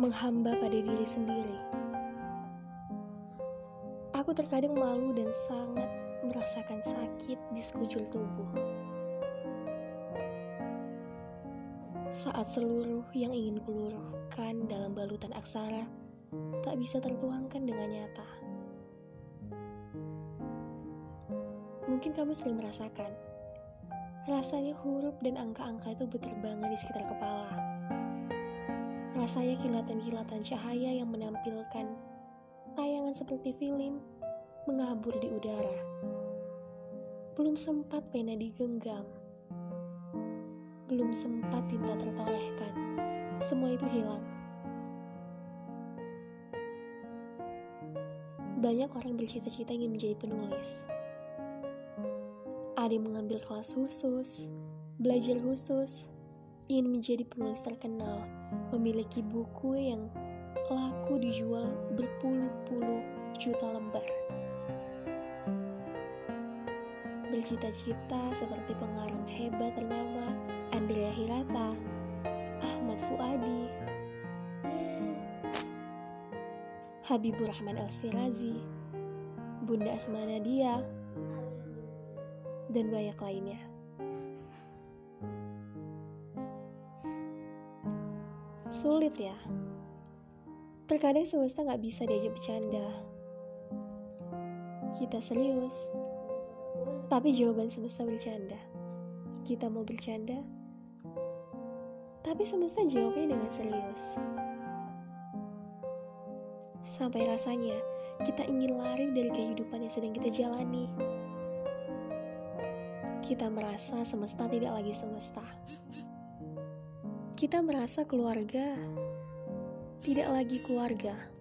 menghamba pada diri sendiri. Aku terkadang malu dan sangat merasakan sakit di sekujur tubuh. Saat seluruh yang ingin kuluruhkan dalam balutan aksara tak bisa tertuangkan dengan nyata. Mungkin kamu sering merasakan, rasanya huruf dan angka-angka itu berterbangan di sekitar kepala. Rasanya kilatan-kilatan cahaya yang menampilkan tayangan seperti film mengabur di udara. Belum sempat pena digenggam, belum sempat tinta tertorehkan, semua itu hilang. Banyak orang bercita-cita ingin menjadi penulis. Ada yang mengambil kelas khusus, belajar khusus, ingin menjadi penulis terkenal, memiliki buku yang laku dijual berpuluh-puluh juta lembar. Bercita-cita seperti pengarang hebat ternama Andrea Hirata, Ahmad Fuadi, Habibur Rahman El-Shirazi, Bunda Asma Nadia, dan banyak lainnya. Sulit ya. Terkadang semesta gak bisa diajak bercanda. Kita serius, tapi jawaban semesta bercanda. Kita mau bercanda, tapi semesta jawabnya dengan serius. Sampai rasanya kita ingin lari dari kehidupan yang sedang kita jalani. Kita merasa semesta tidak lagi semesta. Kita merasa keluarga tidak lagi keluarga.